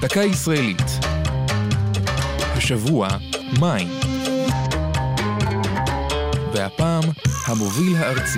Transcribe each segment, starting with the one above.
דקה ישראלית. השבוע מים. והפעם המוביל הארצי.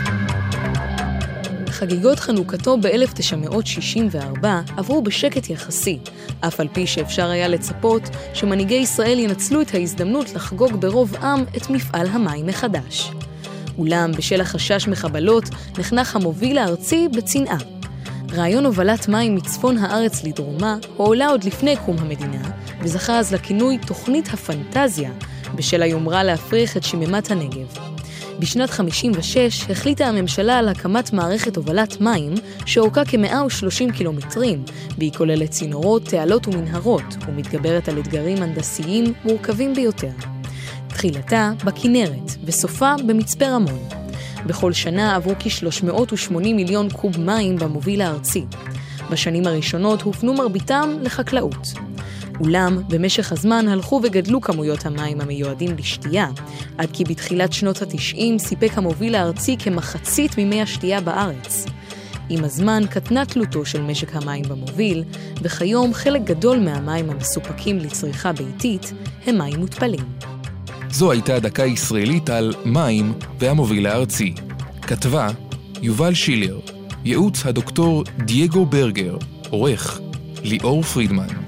חגיגות חנוכתו ב-1964 עברו בשקט יחסי, אף על פי שאפשר היה לצפות שמנהיגי ישראל ינצלו את ההזדמנות לחגוג ברוב עם את מפעל המים מחדש. אולם בשל החשש מחבלות נחנך המוביל הארצי בצנעה. רעיון הובלת מים מצפון הארץ לדרומה הועלה עוד לפני קום המדינה, וזכה אז לכינוי תוכנית הפנטזיה, בשל היומרה להפריך את שממת הנגב. בשנת 56 החליטה הממשלה על הקמת מערכת הובלת מים שאורכה כ-130 קילומטרים, והיא כוללת צינורות, תעלות ומנהרות, ומתגברת על אתגרים הנדסיים מורכבים ביותר. תחילתה בכנרת וסופה במצפה רמון. בכל שנה עברו כ-380 מיליון קוב מים במוביל הארצי. בשנים הראשונות הופנו מרביתם לחקלאות. אולם במשך הזמן הלכו וגדלו כמויות המים המיועדים לשתייה, עד כי בתחילת שנות ה-90 סיפק המוביל הארצי כמחצית ממי השתייה בארץ. עם הזמן קטנה תלותו של משק המים במוביל, וכיום חלק גדול מהמים המסופקים לצריכה ביתית הם מים מותפלים. זו הייתה דקה ישראלית על מים והמוביל הארצי. כתבה יובל שילר, ייעוץ הדוקטור דייגו ברגר, עורך ליאור פרידמן.